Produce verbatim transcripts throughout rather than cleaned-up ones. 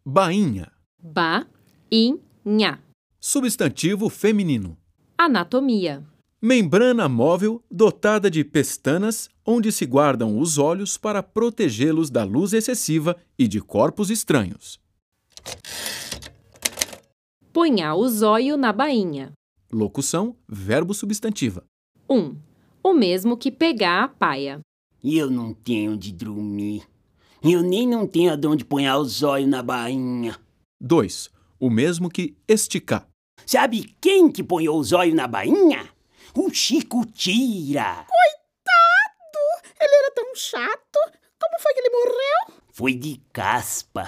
Bainha. Ba-in-nha. Substantivo feminino. Anatomia. Membrana móvel dotada de pestanas onde se guardam os olhos para protegê-los da luz excessiva e de corpos estranhos. Ponhar o zóio na bainha. Locução, verbo substantiva. um. O mesmo que pegar a paia. Eu não tenho onde dormir. Eu nem não tenho aonde ponhar o zóio na bainha. dois. O mesmo que esticar. Sabe quem que ponhou o zóio na bainha? O Chico Tira. Coitado! Ele era tão chato. Como foi que ele morreu? Foi de caspa.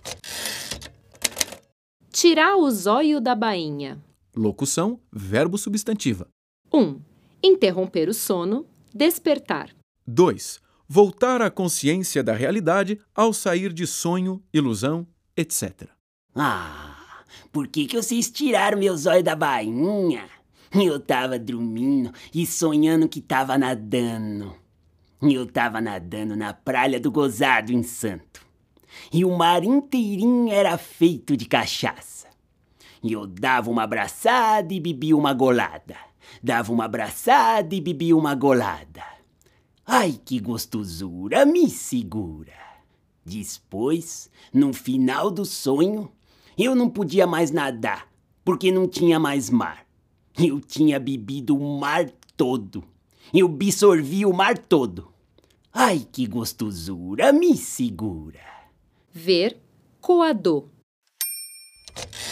Tirar o zóio da bainha. Locução, verbo substantiva. um. Interromper o sono. Despertar. dois. Voltar à consciência da realidade ao sair de sonho, ilusão, etcétera. Ah, por que que vocês tiraram meu zóio da bainha? Eu tava dormindo e sonhando que tava nadando. Eu tava nadando na praia do Gozado, em Santo. E o mar inteirinho era feito de cachaça. E eu dava uma abraçada e bebia uma golada. Dava uma abraçada e bebia uma golada. Ai, que gostosura, me segura. Depois, no final do sonho, eu não podia mais nadar, porque não tinha mais mar. Eu tinha bebido o mar todo. Eu absorvi o mar todo. Ai, que gostosura, me segura. Ver coador.